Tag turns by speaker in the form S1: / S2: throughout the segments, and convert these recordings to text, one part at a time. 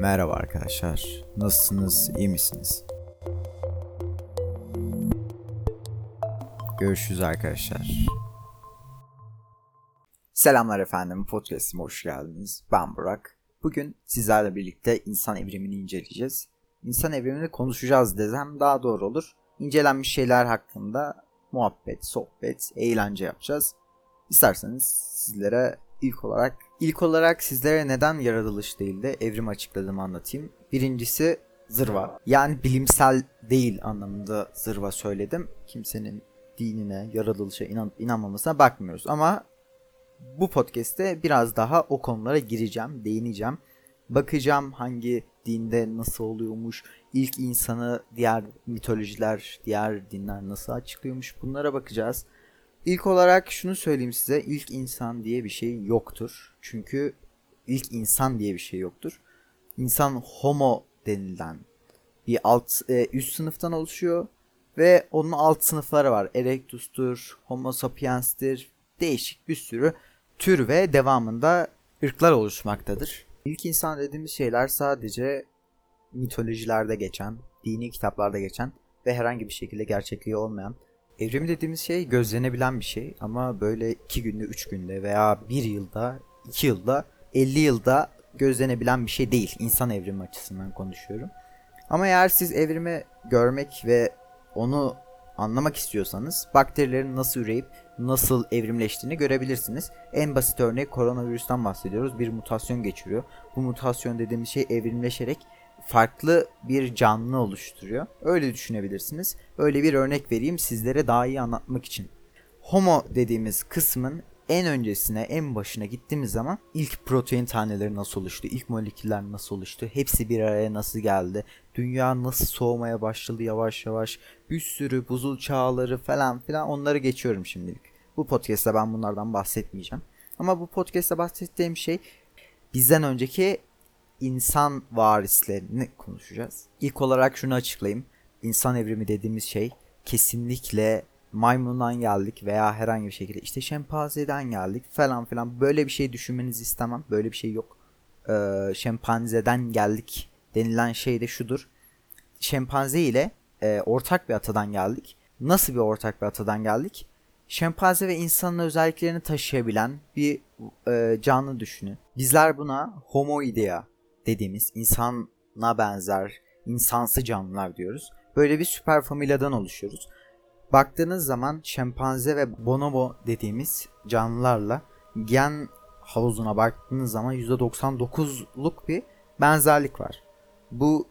S1: Merhaba arkadaşlar. Nasılsınız? İyi misiniz? Görüşürüz arkadaşlar. Selamlar efendim. Podcast'ime hoş geldiniz. Ben Burak. Bugün sizlerle birlikte insan evrimini inceleyeceğiz. İnsan evrimini konuşacağız desem daha doğru olur. İncelenmiş şeyler hakkında muhabbet, sohbet, eğlence yapacağız. İsterseniz sizlere ilk olarak sizlere neden yaratılış değil de evrim açıkladığımı anlatayım. Birincisi zırva. Yani bilimsel değil anlamında zırva söyledim. Kimsenin dinine, yaratılışa inanmamasına bakmıyoruz. Ama bu podcast'te biraz daha o konulara gireceğim, değineceğim. Bakacağım hangi dinde nasıl oluyormuş, ilk insanı diğer mitolojiler, diğer dinler nasıl açıklıyormuş, bunlara bakacağız. İlk olarak şunu söyleyeyim size, ilk insan diye bir şey yoktur. Çünkü ilk insan diye bir şey yoktur. İnsan homo denilen bir üst sınıftan oluşuyor ve onun alt sınıfları var. Erectus'tur, Homo sapiens'tir, değişik bir sürü tür ve devamında ırklar oluşmaktadır. İlk insan dediğimiz şeyler sadece mitolojilerde geçen, dini kitaplarda geçen ve herhangi bir şekilde gerçekliği olmayan, evrim dediğimiz şey gözlenebilen bir şey ama böyle 2 günde, 3 günde veya 1 yılda, 2 yılda, 50 yılda gözlenebilen bir şey değil. İnsan evrimi açısından konuşuyorum. Ama eğer siz evrimi görmek ve onu anlamak istiyorsanız bakterilerin nasıl üreyip nasıl evrimleştiğini görebilirsiniz. En basit örnek koronavirüsten bahsediyoruz. Bir mutasyon geçiriyor. Bu mutasyon dediğimiz şey evrimleşerek farklı bir canlı oluşturuyor. Öyle düşünebilirsiniz. Öyle bir örnek vereyim sizlere daha iyi anlatmak için. Homo dediğimiz kısmın en öncesine, en başına gittiğimiz zaman ilk protein taneleri nasıl oluştu, ilk moleküller nasıl oluştu, hepsi bir araya nasıl geldi, dünya nasıl soğumaya başladı yavaş yavaş, bir sürü buzul çağları falan filan, onları geçiyorum şimdilik. Bu podcast'ta ben bunlardan bahsetmeyeceğim. Ama bu podcast'ta bahsettiğim şey bizden önceki insan varislerini konuşacağız. İlk olarak şunu açıklayayım. İnsan evrimi dediğimiz şey kesinlikle maymundan geldik veya herhangi bir şekilde işte şempanzeden geldik falan filan, böyle bir şey düşünmenizi istemem. Böyle bir şey yok. Şempanzeden geldik denilen şey de şudur. Şempanze ile ortak bir atadan geldik. Nasıl bir ortak bir atadan geldik? Şempanze ve insanın özelliklerini taşıyabilen bir canlı düşünün. Bizler buna Homo idea dediğimiz insana benzer, insansı canlılar diyoruz. Böyle bir süper familyadan oluşuyoruz. Baktığınız zaman şempanze ve bonobo dediğimiz canlılarla gen havuzuna baktığınız zaman %99'luk bir benzerlik var. Bu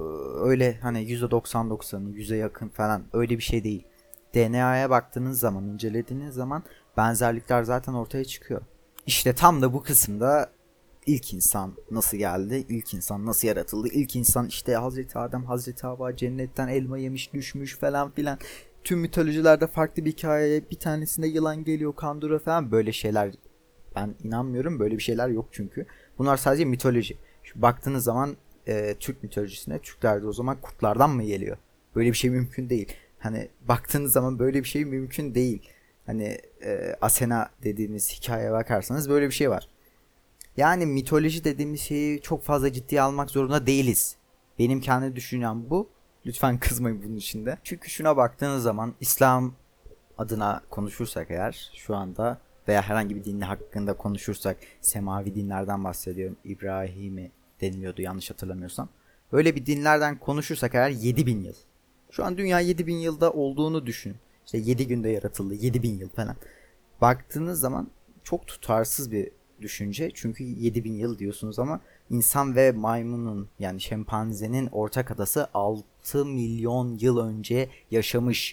S1: öyle hani %99'ın %100'e yakın falan öyle bir şey değil. DNA'ya baktığınız zaman, incelediğiniz zaman benzerlikler zaten ortaya çıkıyor. İşte tam da bu kısımda ilk insan nasıl geldi? İlk insan nasıl yaratıldı? İlk insan işte Hazreti Adem, Hazreti Havva cennetten elma yemiş, düşmüş falan filan. Tüm mitolojilerde farklı bir hikaye. Bir tanesinde yılan geliyor, kandırıyor falan, böyle şeyler ben inanmıyorum. Böyle bir şeyler yok çünkü. Bunlar sadece mitoloji. Şu baktığınız zaman Türk mitolojisine, Türklerde o zaman kurtlardan mı geliyor? Böyle bir şey mümkün değil. Hani baktığınız zaman böyle bir şey mümkün değil. Hani Asena dediğimiz hikayeye bakarsanız böyle bir şey var. Yani mitoloji dediğimiz şeyi çok fazla ciddiye almak zorunda değiliz. Benim kendi düşüncem bu. Lütfen kızmayın bunun içinde. Çünkü şuna baktığınız zaman İslam adına konuşursak eğer şu anda veya herhangi bir din hakkında konuşursak, semavi dinlerden bahsediyorum. İbrahim'i deniliyordu yanlış hatırlamıyorsam. Böyle bir dinlerden konuşursak eğer 7000 yıl. Şu an dünya 7000 yılda olduğunu düşün. İşte 7 günde yaratıldı, 7000 yıl falan. Baktığınız zaman çok tutarsız bir düşünce. Çünkü 7000 yıl diyorsunuz ama insan ve maymunun, yani şempanzenin ortak adası 6 milyon yıl önce yaşamış.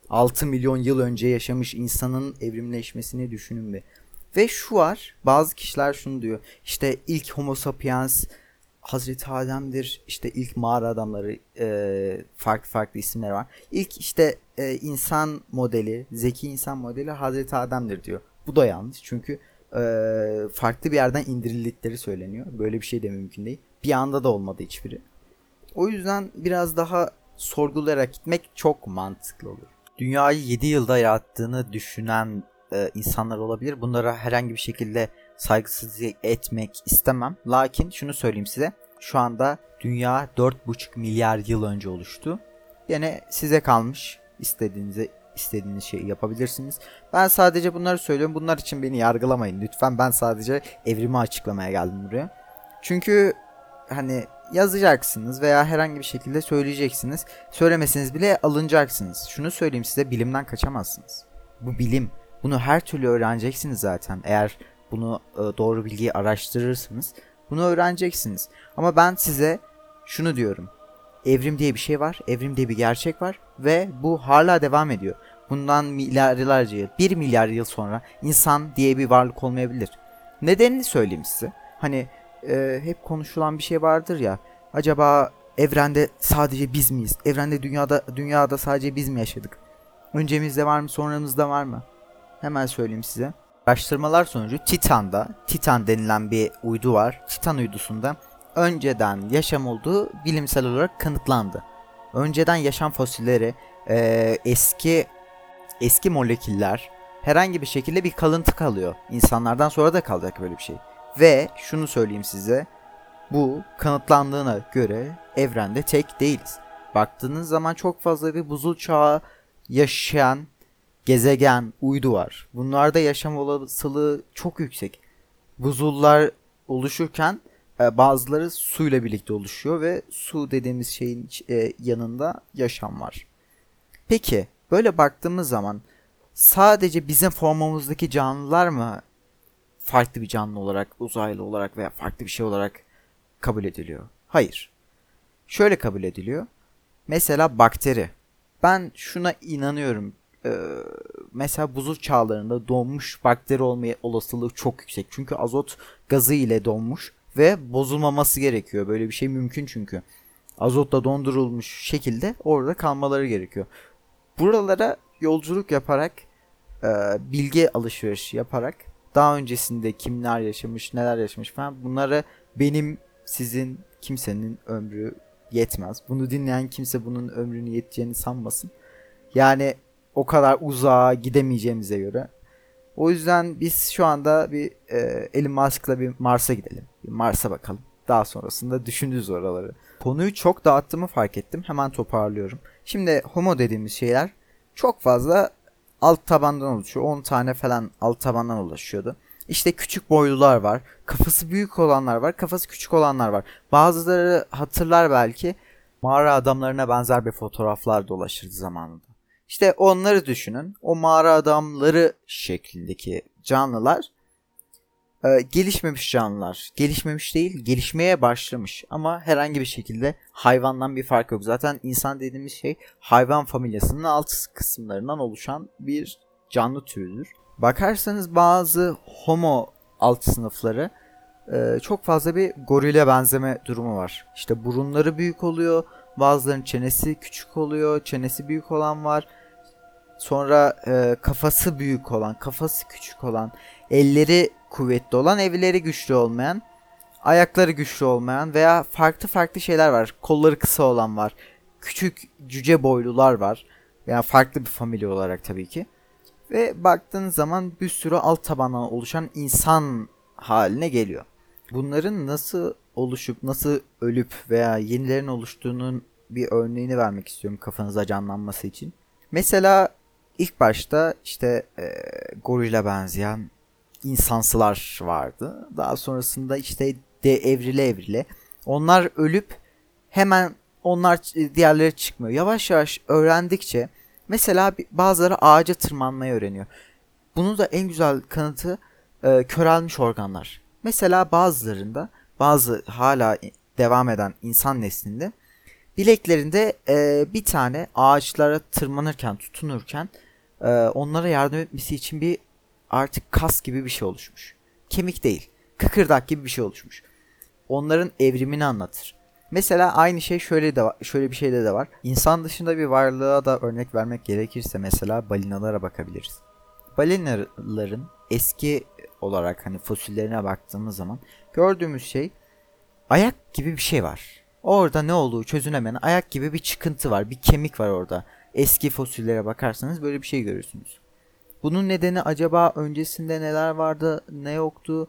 S1: 6 milyon yıl önce yaşamış insanın evrimleşmesini düşünün bir. Ve şu var, bazı kişiler şunu diyor. İşte ilk Homo sapiens Hazreti Adem'dir. İşte ilk mağara adamları, farklı farklı isimler var. İlk işte insan modeli, zeki insan modeli Hazreti Adem'dir diyor. Bu da yanlış çünkü farklı bir yerden indirildikleri söyleniyor. Böyle bir şey de mümkün değil. Bir anda da olmadı hiçbiri. O yüzden biraz daha sorgulayarak gitmek çok mantıklı olur. Dünyayı 7 yılda yarattığını düşünen insanlar olabilir. Bunlara herhangi bir şekilde saygısızlık etmek istemem. Lakin şunu söyleyeyim size. şu anda dünya 4,5 milyar yıl önce oluştu. Yine size kalmış. İstediğiniz şeyi yapabilirsiniz. Ben sadece bunları söylüyorum. Bunlar için beni yargılamayın lütfen. Ben sadece evrimi açıklamaya geldim buraya. Çünkü hani yazacaksınız veya herhangi bir şekilde söyleyeceksiniz. Söylemeseniz bile alınacaksınız. Şunu söyleyeyim size, bilimden kaçamazsınız. Bu bilim. Bunu her türlü öğreneceksiniz zaten. Eğer bunu doğru bilgiyi araştırırsanız bunu öğreneceksiniz. Ama ben size şunu diyorum. Evrim diye bir şey var. Evrim diye bir gerçek var. Ve bu hala devam ediyor. Bundan milyarlarca yıl, 1 milyar yıl sonra insan diye bir varlık olmayabilir. Nedenini söyleyeyim size. Hani hep konuşulan bir şey vardır ya. Acaba evrende sadece biz miyiz? Evrende dünyada sadece biz mi yaşadık? Öncemizde var mı, sonramızda var mı? Hemen söyleyeyim size. Araştırmalar sonucu Titan denilen bir uydu var. Titan uydusunda önceden yaşam olduğu bilimsel olarak kanıtlandı. Önceden yaşam fosilleri, eski moleküller herhangi bir şekilde bir kalıntı kalıyor. İnsanlardan sonra da kalacak böyle bir şey. Ve şunu söyleyeyim size, bu kanıtlandığına göre evrende tek değiliz. Baktığınız zaman çok fazla bir buzul çağı yaşayan gezegen, uydu var. Bunlarda yaşam olasılığı çok yüksek. Buzullar oluşurken bazıları suyla birlikte oluşuyor ve su dediğimiz şeyin yanında yaşam var. Peki böyle baktığımız zaman sadece bizim formumuzdaki canlılar mı farklı bir canlı olarak, uzaylı olarak veya farklı bir şey olarak kabul ediliyor? Hayır. Şöyle kabul ediliyor. Mesela bakteri. Ben şuna inanıyorum. Mesela buzul çağlarında donmuş bakteri olma olasılığı çok yüksek. Çünkü azot gazı ile donmuş ve bozulmaması gerekiyor. Böyle bir şey mümkün çünkü. Azotla dondurulmuş şekilde orada kalmaları gerekiyor. Buralara yolculuk yaparak, bilgi alışverişi yaparak, daha öncesinde kimler yaşamış, neler yaşamış falan, bunları benim, sizin, kimsenin ömrü yetmez. Bunu dinleyen kimse bunun ömrünü yeteceğini sanmasın. Yani o kadar uzağa gidemeyeceğimize göre. O yüzden biz şu anda bir Elon Musk'la bir Mars'a gidelim. Bir Mars'a bakalım. Daha sonrasında düşünürüz oraları. Konuyu çok dağıttığımı fark ettim. Hemen toparlıyorum. Şimdi homo dediğimiz şeyler çok fazla alt tabandan oluşuyor. 10 tane falan alt tabandan oluşuyordu. İşte küçük boylular var. Kafası büyük olanlar var. Kafası küçük olanlar var. Bazıları hatırlar belki, mağara adamlarına benzer bir fotoğraflar dolaşırdı zamanında. İşte onları düşünün. O mağara adamları şeklindeki canlılar gelişmemiş canlılar. Gelişmemiş değil, gelişmeye başlamış. Ama herhangi bir şekilde hayvandan bir fark yok. Zaten insan dediğimiz şey hayvan familyasının alt kısımlarından oluşan bir canlı türüdür. Bakarsanız bazı homo alt sınıfları çok fazla bir gorile benzeme durumu var. İşte burunları büyük oluyor. Bazılarının çenesi küçük oluyor. Çenesi büyük olan var. Sonra kafası büyük olan, kafası küçük olan, elleri kuvvetli olan, elleri güçlü olmayan, ayakları güçlü olmayan veya farklı farklı şeyler var. Kolları kısa olan var. Küçük cüce boylular var. Yani farklı bir familya olarak tabii ki. Ve baktığınız zaman bir sürü alt tabandan oluşan insan haline geliyor. Bunların nasıl oluşup, nasıl ölüp veya yenilerin oluştuğunun bir örneğini vermek istiyorum kafanıza canlanması için. Mesela ilk başta işte gorile benzeyen insansılar vardı. Daha sonrasında işte evrile onlar ölüp hemen diğerleri çıkmıyor. Yavaş yavaş öğrendikçe mesela bazıları ağaca tırmanmayı öğreniyor. Bunun da en güzel kanıtı körelmiş organlar. Mesela bazılarında, bazı hala devam eden insan neslinde bileklerinde bir tane ağaçlara tırmanırken, tutunurken onlara yardım etmesi için bir artık kas gibi bir şey oluşmuş. Kemik değil, kıkırdak gibi bir şey oluşmuş. Onların evrimini anlatır. Mesela aynı şey şöyle bir şeyde de var. İnsan dışında bir varlığa da örnek vermek gerekirse mesela balinalara bakabiliriz. Balinaların eski olarak hani fosillerine baktığımız zaman gördüğümüz şey ayak gibi bir şey var. Orada ne olduğu çözülemeyen ayak gibi bir çıkıntı var. Bir kemik var orada. Eski fosillere bakarsanız böyle bir şey görürsünüz. Bunun nedeni acaba öncesinde neler vardı, ne yoktu?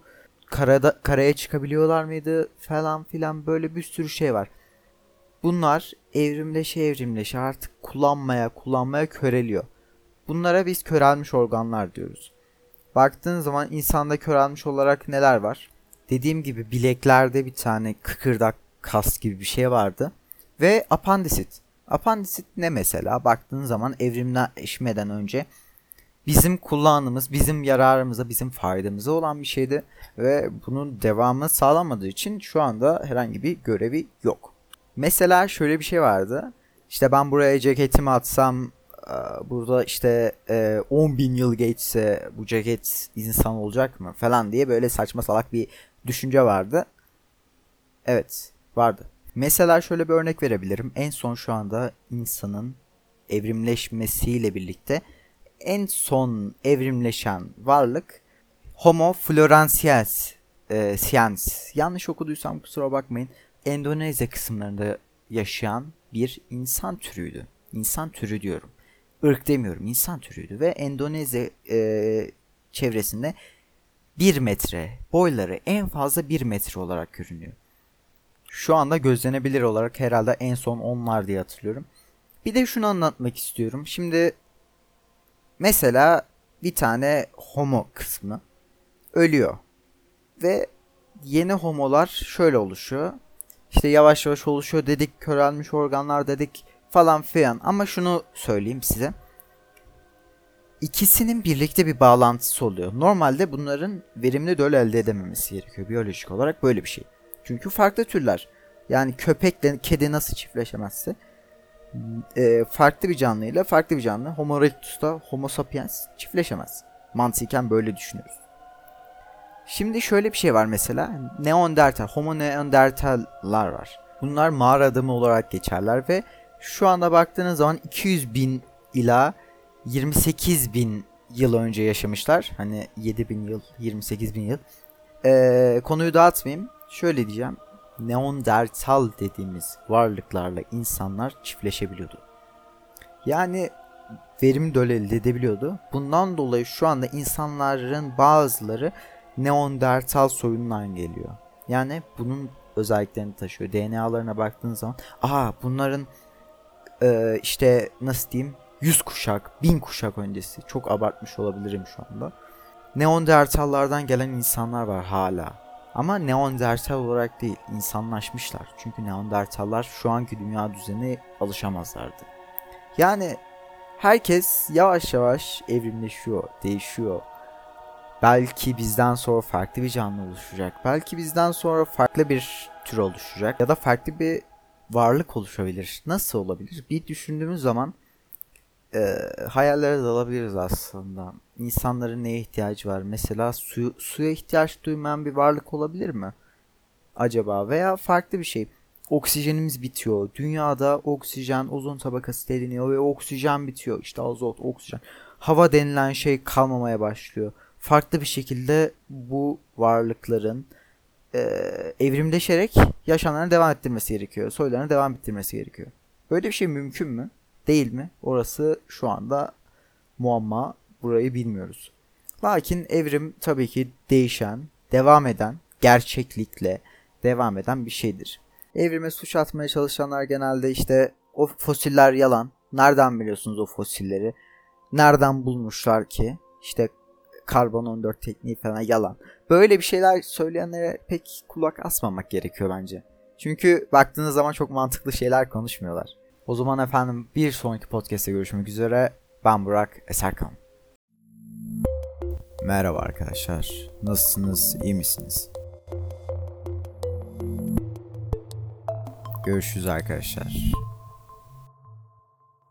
S1: karaya çıkabiliyorlar mıydı falan filan, böyle bir sürü şey var. Bunlar evrimleşe artık kullanmaya köreliyor. Bunlara biz körelmiş organlar diyoruz. Baktığın zaman insanda körelmiş olarak neler var? Dediğim gibi bileklerde bir tane kıkırdak kas gibi bir şey vardı. Ve apandisit. Apandisit ne mesela? Baktığın zaman evrimleşmeden önce bizim kullandığımız, bizim yararımıza, bizim faydamıza olan bir şeydi. Ve bunun devamı sağlanmadığı için şu anda herhangi bir görevi yok. Mesela şöyle bir şey vardı. İşte ben buraya ceketimi atsam, burada işte 10 bin yıl geçse bu ceket insan olacak mı falan diye böyle saçma salak bir düşünce vardı. Evet, vardı. Mesela şöyle bir örnek verebilirim. En son şu anda insanın evrimleşmesiyle birlikte en son evrimleşen varlık Homo florensiensis. Yanlış okuduysam kusura bakmayın. Endonezya kısımlarında yaşayan bir insan türüydü. İnsan türü diyorum. Irk demiyorum, insan türüydü ve Endonezya çevresinde 1 metre, boyları en fazla 1 metre olarak görünüyor. Şu anda gözlenebilir olarak herhalde en son onlar diye hatırlıyorum. Bir de şunu anlatmak istiyorum. Şimdi mesela bir tane homo kısmı ölüyor ve yeni homolar şöyle oluşuyor. İşte yavaş yavaş oluşuyor dedik, körelmiş organlar dedik falan filan. Ama şunu söyleyeyim size. İkisinin birlikte bir bağlantısı oluyor. Normalde bunların verimli döl elde edememesi gerekiyor. Biyolojik olarak böyle bir şey. Çünkü farklı türler. Yani köpekle kedi nasıl çiftleşemezse farklı bir canlıyla farklı bir canlı Homo erectus'ta Homo sapiens çiftleşemez. Mantıken böyle düşünüyoruz. Şimdi şöyle bir şey var mesela. Neandertal, Homo neandertallar var. Bunlar mağara adamı olarak geçerler ve şu anda baktığınız zaman 200 bin ila 28 bin yıl önce yaşamışlar. Hani 7 bin yıl, 28 bin yıl. Konuyu dağıtmayayım. Şöyle diyeceğim. Neandertal dediğimiz varlıklarla insanlar çiftleşebiliyordu. Yani verim döl elde edebiliyordu. Bundan dolayı şu anda insanların bazıları Neandertal soyundan geliyor. Yani bunun özelliklerini taşıyor. DNA'larına baktığın zaman bunların işte nasıl diyeyim 100 kuşak, 1000 kuşak öncesi. Çok abartmış olabilirim şu anda. Neandertallardan gelen insanlar var hala. Ama Neandertal olarak değil, insanlaşmışlar. Çünkü Neandertallar şu anki dünya düzenine alışamazlardı. Yani herkes yavaş yavaş evrimleşiyor, değişiyor. Belki bizden sonra farklı bir canlı oluşacak. Belki bizden sonra farklı bir tür oluşacak. Ya da farklı bir varlık oluşabilir. Nasıl olabilir? Bir düşündüğümüz zaman hayallere dalabiliriz aslında. İnsanların neye ihtiyacı var? Mesela suya ihtiyaç duymayan bir varlık olabilir mi? Acaba? Veya farklı bir şey. Oksijenimiz bitiyor. Dünyada oksijen, ozon tabakası deliniyor ve oksijen bitiyor. İşte azot, oksijen. Hava denilen şey kalmamaya başlıyor. Farklı bir şekilde bu varlıkların evrimleşerek yaşamlarını devam ettirmesi gerekiyor. Soylarını devam ettirmesi gerekiyor. Böyle bir şey mümkün mü? Değil mi? Orası şu anda muamma. Burayı bilmiyoruz. Lakin evrim tabii ki değişen, devam eden, gerçeklikle devam eden bir şeydir. Evrime suç atmaya çalışanlar genelde işte o fosiller yalan. Nereden biliyorsunuz o fosilleri? Nereden bulmuşlar ki? İşte karbon 14 tekniği falan yalan. Böyle bir şeyler söyleyenlere pek kulak asmamak gerekiyor bence. Çünkü baktığınız zaman çok mantıklı şeyler konuşmuyorlar. O zaman efendim bir sonraki podcast'te görüşmek üzere. Ben Burak Eserkan. Merhaba arkadaşlar. Nasılsınız? İyi misiniz? Görüşürüz arkadaşlar.